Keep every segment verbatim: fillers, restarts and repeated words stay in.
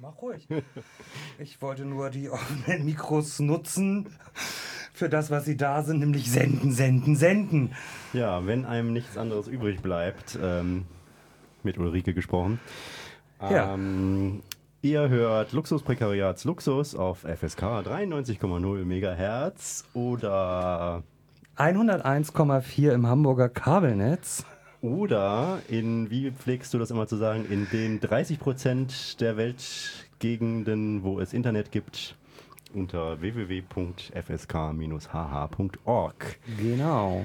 mach ruhig. Ich wollte nur die offenen Mikros nutzen für das, was sie da sind, nämlich senden, senden, senden. Ja, wenn einem nichts anderes übrig bleibt, ähm, mit Ulrike gesprochen. Ja. Ähm, ihr hört Luxusprekariats Luxus auf F S K dreiundneunzig Komma null Megahertz oder hunderteins Komma vier im Hamburger Kabelnetz. Oder in, wie pflegst du das immer zu sagen, in den dreißig Prozent der Weltgegenden, wo es Internet gibt, unter w w w punkt f s k dash h h punkt org. Genau.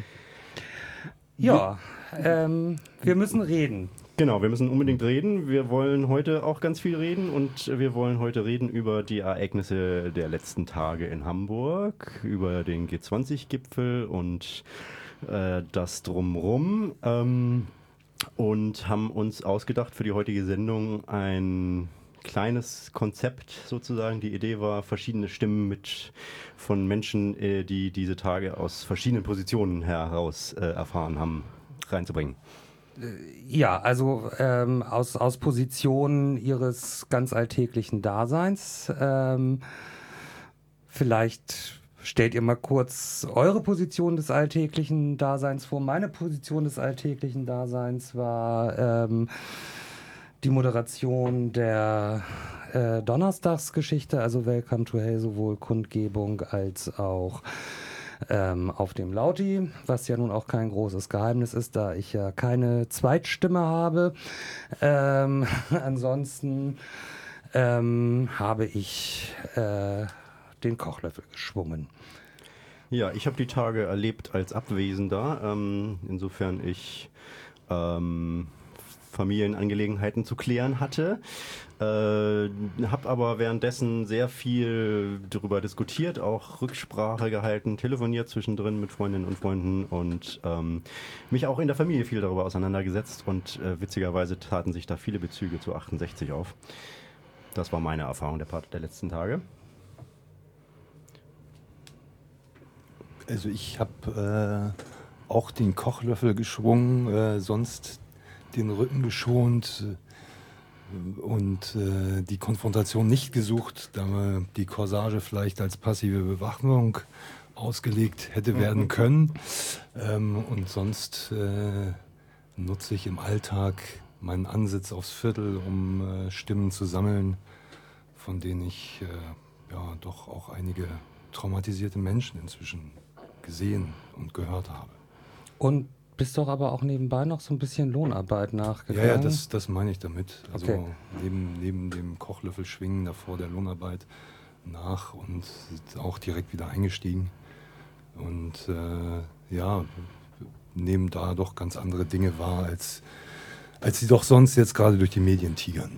Ja, ähm, wir müssen reden. Genau, wir müssen unbedingt reden. Wir wollen heute auch ganz viel reden und wir wollen heute reden über die Ereignisse der letzten Tage in Hamburg, über den G zwanzig Gipfel und äh, das Drumrum ähm, und haben uns ausgedacht für die heutige Sendung ein kleines Konzept sozusagen. Die Idee war, verschiedene Stimmen mit von Menschen, äh, die diese Tage aus verschiedenen Positionen heraus äh, erfahren haben, reinzubringen. Ja, also ähm, aus, aus Positionen ihres ganz alltäglichen Daseins. Ähm, vielleicht stellt ihr mal kurz eure Position des alltäglichen Daseins vor. Meine Position des alltäglichen Daseins war ähm, die Moderation der äh, Donnerstagsgeschichte, also Welcome to Hell, sowohl Kundgebung als auch Ähm, auf dem Lauti, was ja nun auch kein großes Geheimnis ist, da ich ja keine Zweitstimme habe. Ähm, ansonsten ähm, habe ich äh, den Kochlöffel geschwungen. Ja, ich habe die Tage erlebt als Abwesender, ähm, insofern ich ähm, Familienangelegenheiten zu klären hatte. Äh, habe aber währenddessen sehr viel darüber diskutiert, auch Rücksprache gehalten, telefoniert zwischendrin mit Freundinnen und Freunden und ähm, mich auch in der Familie viel darüber auseinandergesetzt und äh, witzigerweise taten sich da viele Bezüge zu achtundsechzig auf. Das war meine Erfahrung der, Part der letzten Tage. Also ich habe äh, auch den Kochlöffel geschwungen, äh, sonst den Rücken geschont äh, und äh, die Konfrontation nicht gesucht, da man die Corsage vielleicht als passive Bewachung ausgelegt hätte werden können. Ähm, und sonst äh, nutze ich im Alltag meinen Ansitz aufs Viertel, um äh, Stimmen zu sammeln, von denen ich äh, ja doch auch einige traumatisierte Menschen inzwischen gesehen und gehört habe. Und bist doch aber auch nebenbei noch so ein bisschen Lohnarbeit nachgegangen. Ja, ja, das, das meine ich damit. Also okay. neben, neben dem Kochlöffel schwingen, davor der Lohnarbeit nach und auch direkt wieder eingestiegen. Und äh, ja, nehmen da doch ganz andere Dinge wahr, als, als sie doch sonst jetzt gerade durch die Medien tigern.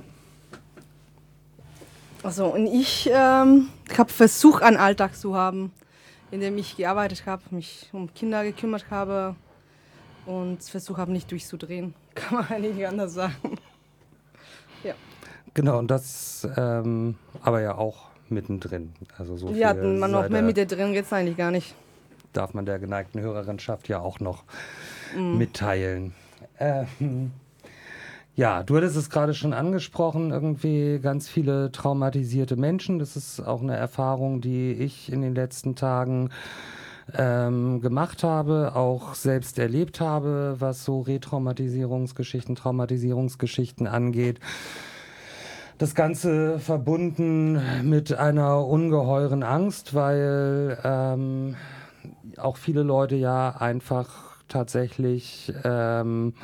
Also und ich ähm, habe versucht, einen Alltag zu haben, in dem ich gearbeitet habe, mich um Kinder gekümmert habe und versucht habe, nicht durchzudrehen. Kann man eigentlich nicht anders sagen. Ja. Genau, und das ähm, aber ja auch mittendrin. Also so Ja, viel man noch mehr mit der drin geht es eigentlich gar nicht. Darf man der geneigten Hörerinschaft ja auch noch Mm. mitteilen. Ähm, ja, du hattest es gerade schon angesprochen, irgendwie ganz viele traumatisierte Menschen. Das ist auch eine Erfahrung, die ich in den letzten Tagen ähm, gemacht habe, auch selbst erlebt habe, was so Retraumatisierungsgeschichten, Traumatisierungsgeschichten angeht. Das Ganze verbunden mit einer ungeheuren Angst, weil ähm, auch viele Leute ja einfach tatsächlich ähm,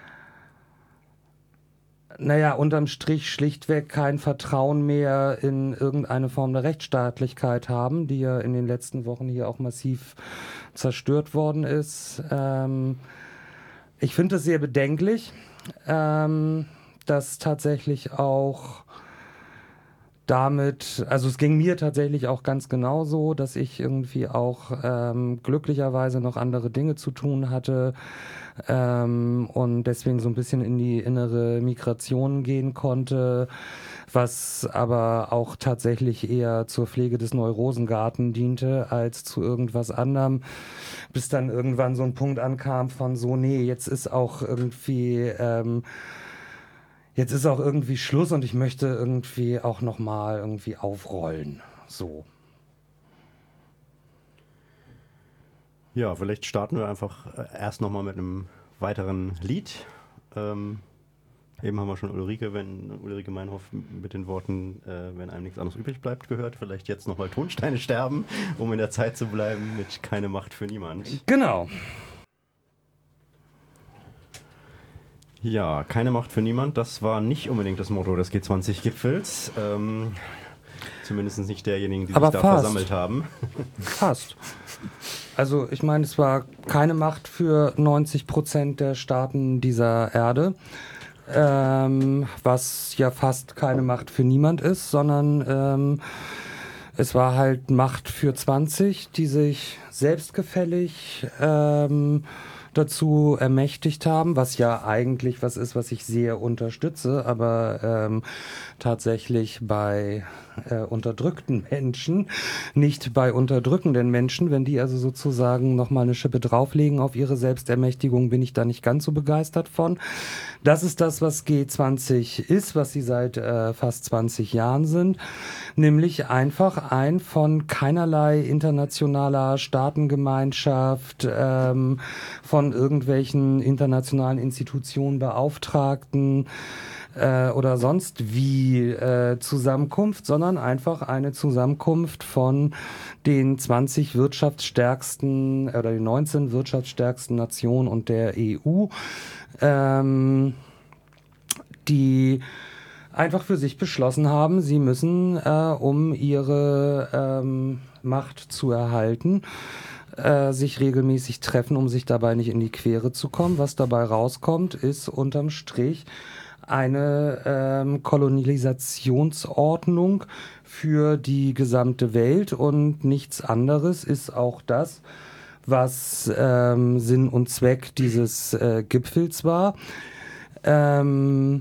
naja, unterm Strich schlichtweg kein Vertrauen mehr in irgendeine Form der Rechtsstaatlichkeit haben, die ja in den letzten Wochen hier auch massiv zerstört worden ist. Ähm, ich finde es sehr bedenklich, ähm, dass tatsächlich auch damit, also es ging mir tatsächlich auch ganz genauso, dass ich irgendwie auch ähm, glücklicherweise noch andere Dinge zu tun hatte ähm, und deswegen so ein bisschen in die innere Migration gehen konnte, was aber auch tatsächlich eher zur Pflege des Neurosengarten diente als zu irgendwas anderem, bis dann irgendwann so ein Punkt ankam von so, nee, jetzt ist auch irgendwie ähm, jetzt ist auch irgendwie Schluss und ich möchte irgendwie auch nochmal irgendwie aufrollen. So. Ja, vielleicht starten wir einfach erst nochmal mit einem weiteren Lied. Ähm, eben haben wir schon Ulrike, wenn Ulrike Meinhof mit den Worten, äh, wenn einem nichts anderes übrig bleibt, gehört. Vielleicht jetzt nochmal Tonsteine sterben, um in der Zeit zu bleiben mit Keine Macht für niemand. Genau. Ja, keine Macht für niemand, das war nicht unbedingt das Motto des G zwanzig Gipfels. Ähm, zumindest nicht derjenigen, die Aber sich da fast. versammelt haben. Fast. Also ich meine, es war keine Macht für neunzig Prozent der Staaten dieser Erde, ähm, was ja fast keine Macht für niemand ist, sondern ähm, es war halt Macht für zwanzig, die sich selbstgefällig ähm, dazu ermächtigt haben, was ja eigentlich was ist, was ich sehr unterstütze, aber ähm, tatsächlich bei äh, unterdrückten Menschen, nicht bei unterdrückenden Menschen. Wenn die also sozusagen nochmal eine Schippe drauflegen auf ihre Selbstermächtigung, bin ich da nicht ganz so begeistert von. Das ist das, was G zwanzig ist, was sie seit äh, fast zwanzig Jahren sind, nämlich einfach ein von keinerlei internationaler Staatengemeinschaft, ähm, von irgendwelchen internationalen Institutionen Beauftragten äh, oder sonst wie äh, Zusammenkunft, sondern einfach eine Zusammenkunft von den zwanzig wirtschaftsstärksten oder den neunzehn wirtschaftsstärksten Nationen und der E U, ähm, die einfach für sich beschlossen haben, sie müssen, äh, um ihre ähm, Macht zu erhalten, äh, sich regelmäßig treffen, um sich dabei nicht in die Quere zu kommen. Was dabei rauskommt, ist unterm Strich eine ähm, Kolonialisationsordnung für die gesamte Welt und nichts anderes ist auch das, was ähm, Sinn und Zweck dieses äh, Gipfels war. Ähm,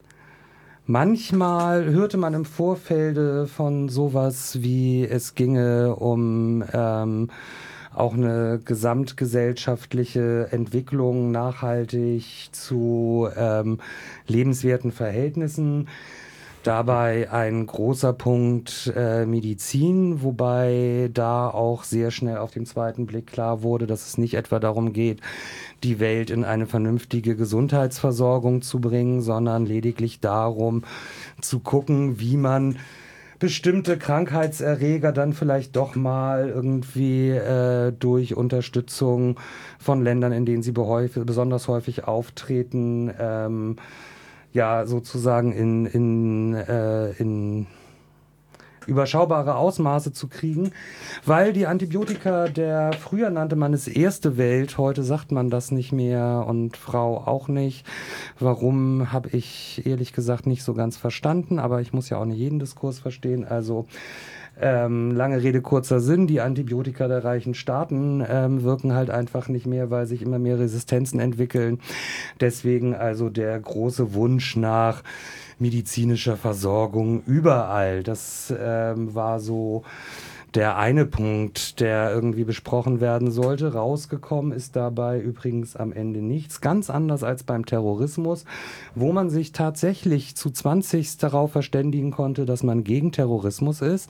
manchmal hörte man im Vorfelde von sowas wie, es ginge um ähm, auch eine gesamtgesellschaftliche Entwicklung nachhaltig zu ähm, lebenswerten Verhältnissen. Dabei ein großer Punkt äh, Medizin, wobei da auch sehr schnell auf den zweiten Blick klar wurde, dass es nicht etwa darum geht, die Welt in eine vernünftige Gesundheitsversorgung zu bringen, sondern lediglich darum zu gucken, wie man bestimmte Krankheitserreger dann vielleicht doch mal irgendwie äh, durch Unterstützung von Ländern, in denen sie behäufig, besonders häufig auftreten, ähm, ja sozusagen in, in, äh, in überschaubare Ausmaße zu kriegen, weil die Antibiotika, der früher nannte man es erste Welt, heute sagt man das nicht mehr und Frau auch nicht. Warum, habe ich ehrlich gesagt nicht so ganz verstanden, aber ich muss ja auch nicht jeden Diskurs verstehen, also Ähm, lange Rede, kurzer Sinn, die Antibiotika der reichen Staaten ähm, wirken halt einfach nicht mehr, weil sich immer mehr Resistenzen entwickeln. Deswegen also der große Wunsch nach medizinischer Versorgung überall. Das ähm, war so der eine Punkt, der irgendwie besprochen werden sollte. Rausgekommen ist dabei übrigens am Ende nichts. Ganz anders als beim Terrorismus, wo man sich tatsächlich zu zwanzig darauf verständigen konnte, dass man gegen Terrorismus ist.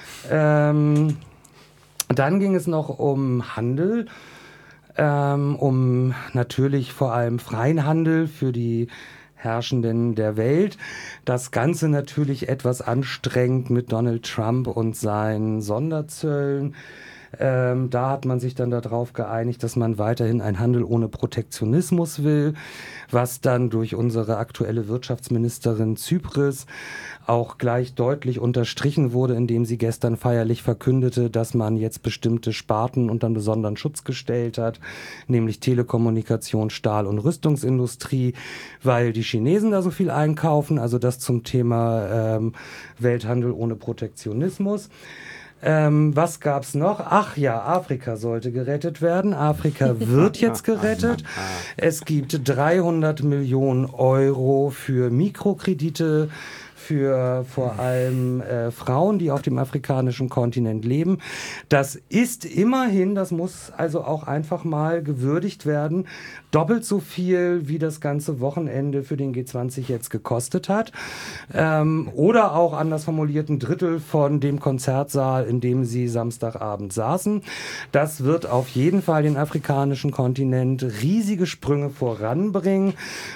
Ähm, dann ging es noch um Handel, ähm, um natürlich vor allem freien Handel für die Herrschenden der Welt. Das Ganze natürlich etwas anstrengend mit Donald Trump und seinen Sonderzöllen. Ähm, da hat man sich dann darauf geeinigt, dass man weiterhin einen Handel ohne Protektionismus will, was dann durch unsere aktuelle Wirtschaftsministerin Tsipras auch gleich deutlich unterstrichen wurde, indem sie gestern feierlich verkündete, dass man jetzt bestimmte Sparten unter einen besonderen Schutz gestellt hat, nämlich Telekommunikation, Stahl- und Rüstungsindustrie, weil die Chinesen da so viel einkaufen, also das zum Thema ähm, Welthandel ohne Protektionismus. Ähm, was gab's noch? Ach ja, Afrika sollte gerettet werden. Afrika wird jetzt gerettet. Es gibt dreihundert Millionen Euro für Mikrokredite für vor allem äh, Frauen, die auf dem afrikanischen Kontinent leben. Das ist immerhin, das muss also auch einfach mal gewürdigt werden, doppelt so viel, wie das ganze Wochenende für den G zwanzig jetzt gekostet hat. Ähm, oder auch anders formuliert ein Drittel von dem Konzertsaal, in dem sie Samstagabend saßen. Das wird auf jeden Fall den afrikanischen Kontinent riesige Sprünge voranbringen.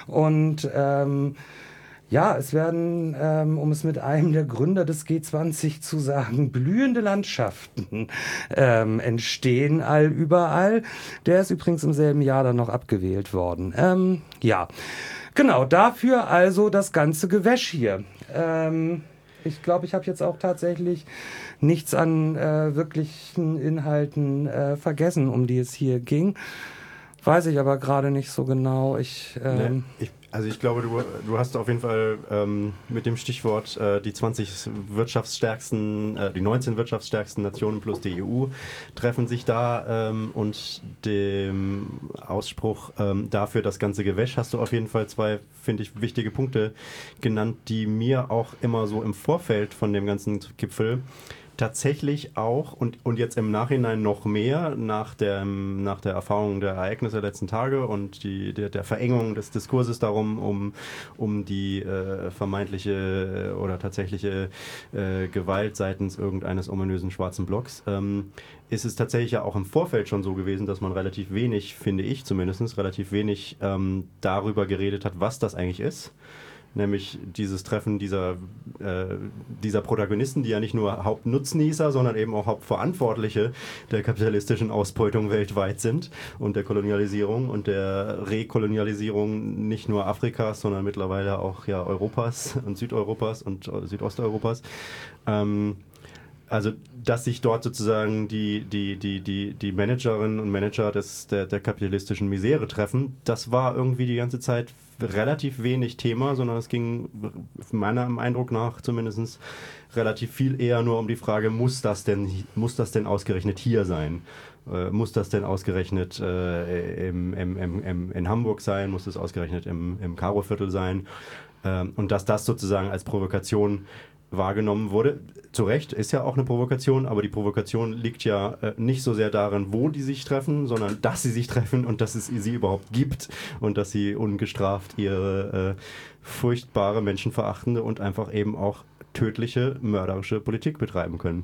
Und ähm, ja, es werden, ähm, um es mit einem der Gründer des G zwanzig zu sagen, blühende Landschaften ähm, entstehen allüberall. Der ist übrigens im selben Jahr dann noch abgewählt worden. Ähm, ja, genau, dafür also das ganze Gewäsch hier. Ähm, ich glaube, ich habe jetzt auch tatsächlich nichts an äh, wirklichen Inhalten äh, vergessen, um die es hier ging. Weiß ich aber gerade nicht so genau. Ich, ähm nee, ich Also ich glaube, du, du hast auf jeden Fall ähm, mit dem Stichwort äh, die zwanzig wirtschaftsstärksten, äh, die neunzehn wirtschaftsstärksten Nationen plus die E U treffen sich da ähm, und dem Ausspruch ähm, dafür das ganze Gewäsch hast du auf jeden Fall zwei, finde ich, wichtige Punkte genannt, die mir auch immer so im Vorfeld von dem ganzen Gipfel tatsächlich auch und, und jetzt im Nachhinein noch mehr nach der, nach der Erfahrung der Ereignisse der letzten Tage und die, der, der Verengung des Diskurses darum, um, um die äh, vermeintliche oder tatsächliche äh, Gewalt seitens irgendeines ominösen schwarzen Blocks, ähm, ist es tatsächlich ja auch im Vorfeld schon so gewesen, dass man relativ wenig, finde ich zumindest, relativ wenig ähm, darüber geredet hat, was das eigentlich ist. Nämlich dieses Treffen dieser, äh, dieser Protagonisten, die ja nicht nur Hauptnutznießer, sondern eben auch Hauptverantwortliche der kapitalistischen Ausbeutung weltweit sind und der Kolonialisierung und der Rekolonialisierung nicht nur Afrikas, sondern mittlerweile auch ja Europas und Südeuropas und Südosteuropas. Ähm, Also, dass sich dort sozusagen die, die, die, die, die Managerinnen und Manager des, der, der kapitalistischen Misere treffen, das war irgendwie die ganze Zeit relativ wenig Thema, sondern es ging meinem Eindruck nach zumindest relativ viel eher nur um die Frage, muss das denn, muss das denn ausgerechnet hier sein? Äh, muss das denn ausgerechnet äh, im, im, im, im, in Hamburg sein? Muss das ausgerechnet im, im Karo-Viertel sein? Ähm, und dass das sozusagen als Provokation wahrgenommen wurde. Zu Recht, ist ja auch eine Provokation, aber die Provokation liegt ja äh, nicht so sehr darin, wo die sich treffen, sondern dass sie sich treffen und dass es sie überhaupt gibt und dass sie ungestraft ihre äh, furchtbare, menschenverachtende und einfach eben auch tödliche, mörderische Politik betreiben können.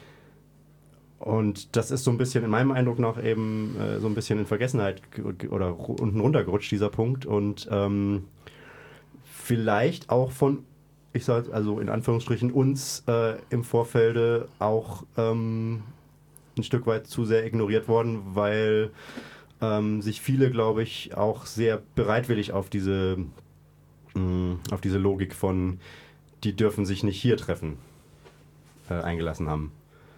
Und das ist so ein bisschen in meinem Eindruck nach eben äh, so ein bisschen in Vergessenheit g- oder unten runtergerutscht, dieser Punkt. Und ähm, vielleicht auch von ich sage also in Anführungsstrichen, uns äh, im Vorfelde auch ähm, ein Stück weit zu sehr ignoriert worden, weil ähm, sich viele, glaube ich, auch sehr bereitwillig auf diese, mh, auf diese Logik von, die dürfen sich nicht hier treffen, äh, eingelassen haben.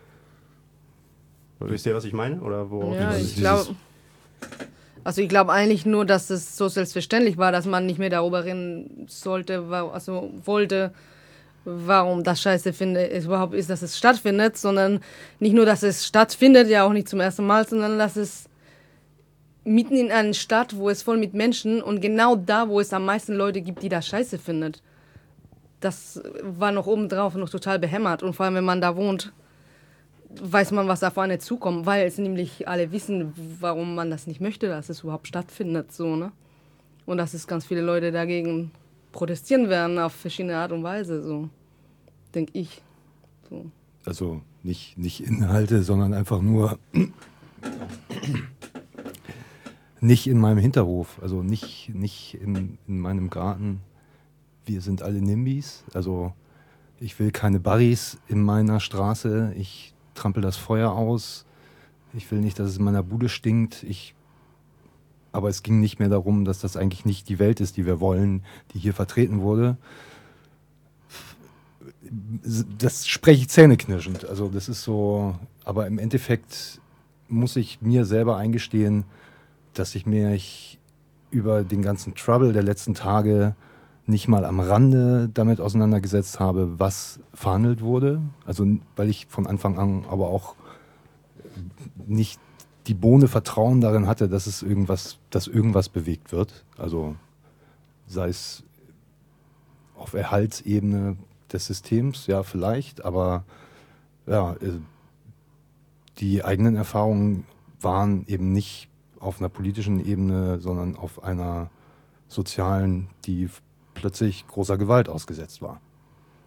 Wisst ihr, was ich meine? Oder wo ja, ich glaube... Also ich glaube eigentlich nur, dass es so selbstverständlich war, dass man nicht mehr darüber reden sollte, also wollte, warum das Scheiße finde, überhaupt ist, dass es stattfindet, sondern nicht nur, dass es stattfindet, ja auch nicht zum ersten Mal, sondern dass es mitten in einer Stadt, wo es voll mit Menschen und genau da, wo es am meisten Leute gibt, die das Scheiße findet. Das war noch obendrauf noch total behämmert und vor allem, wenn man da wohnt, weiß man, was auf eine zukommt, weil es nämlich alle wissen, warum man das nicht möchte, dass es überhaupt stattfindet, so, ne? Und dass es ganz viele Leute dagegen protestieren werden auf verschiedene Art und Weise, so, denke ich. So. Also nicht, nicht Inhalte, sondern einfach nur nicht in meinem Hinterhof, also nicht, nicht in, in meinem Garten. Wir sind alle Nimbys, also ich will keine Barris in meiner Straße, ich trampel das Feuer aus. Ich will nicht, dass es in meiner Bude stinkt. Ich, aber es ging nicht mehr darum, dass das eigentlich nicht die Welt ist, die wir wollen, die hier vertreten wurde. Das spreche ich zähneknirschend. Also das ist so, aber im Endeffekt muss ich mir selber eingestehen, dass ich mich über den ganzen Trouble der letzten Tage nicht mal am Rande damit auseinandergesetzt habe, was verhandelt wurde. Also weil ich von Anfang an aber auch nicht die Bohne Vertrauen darin hatte, dass es irgendwas, dass irgendwas bewegt wird. Also sei es auf Erhaltsebene, des Systems, ja, vielleicht, aber ja, äh, die eigenen Erfahrungen waren eben nicht auf einer politischen Ebene, sondern auf einer sozialen, die plötzlich großer Gewalt ausgesetzt war.